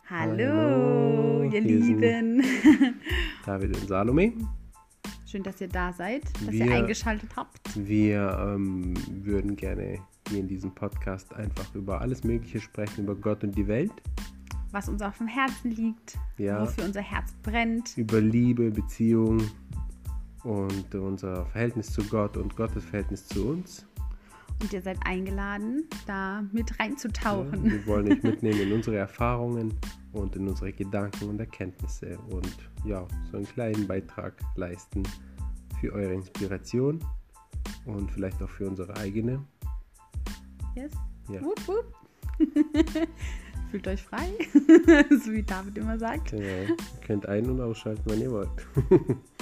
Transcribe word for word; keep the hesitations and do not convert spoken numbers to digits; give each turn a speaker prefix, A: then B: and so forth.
A: Hallo, ihr
B: hier sind
A: Lieben.
B: David und Salome.
A: Schön, dass ihr da seid, dass
B: Wir-
A: ihr eingeschaltet habt.
B: Wir ähm, würden gerne hier in diesem Podcast einfach über alles Mögliche sprechen, über Gott und die Welt,
A: Was uns auf dem Herzen liegt,
B: Ja.
A: wofür unser Herz brennt.
B: über Liebe, Beziehung und unser Verhältnis zu Gott und Gottes Verhältnis zu uns.
A: Und ihr seid eingeladen, da mit
B: Ja,
A: reinzutauchen.
B: wir wollen euch mitnehmen in unsere Erfahrungen und in unsere Gedanken und Erkenntnisse und ja, so einen kleinen Beitrag leisten für eure Inspiration und vielleicht auch für unsere eigene.
A: Yes?
B: Ja.
A: Wupp, wupp. Fühlt euch frei, so wie David immer sagt.
B: Genau. Ihr könnt ein- und ausschalten, wenn ihr wollt.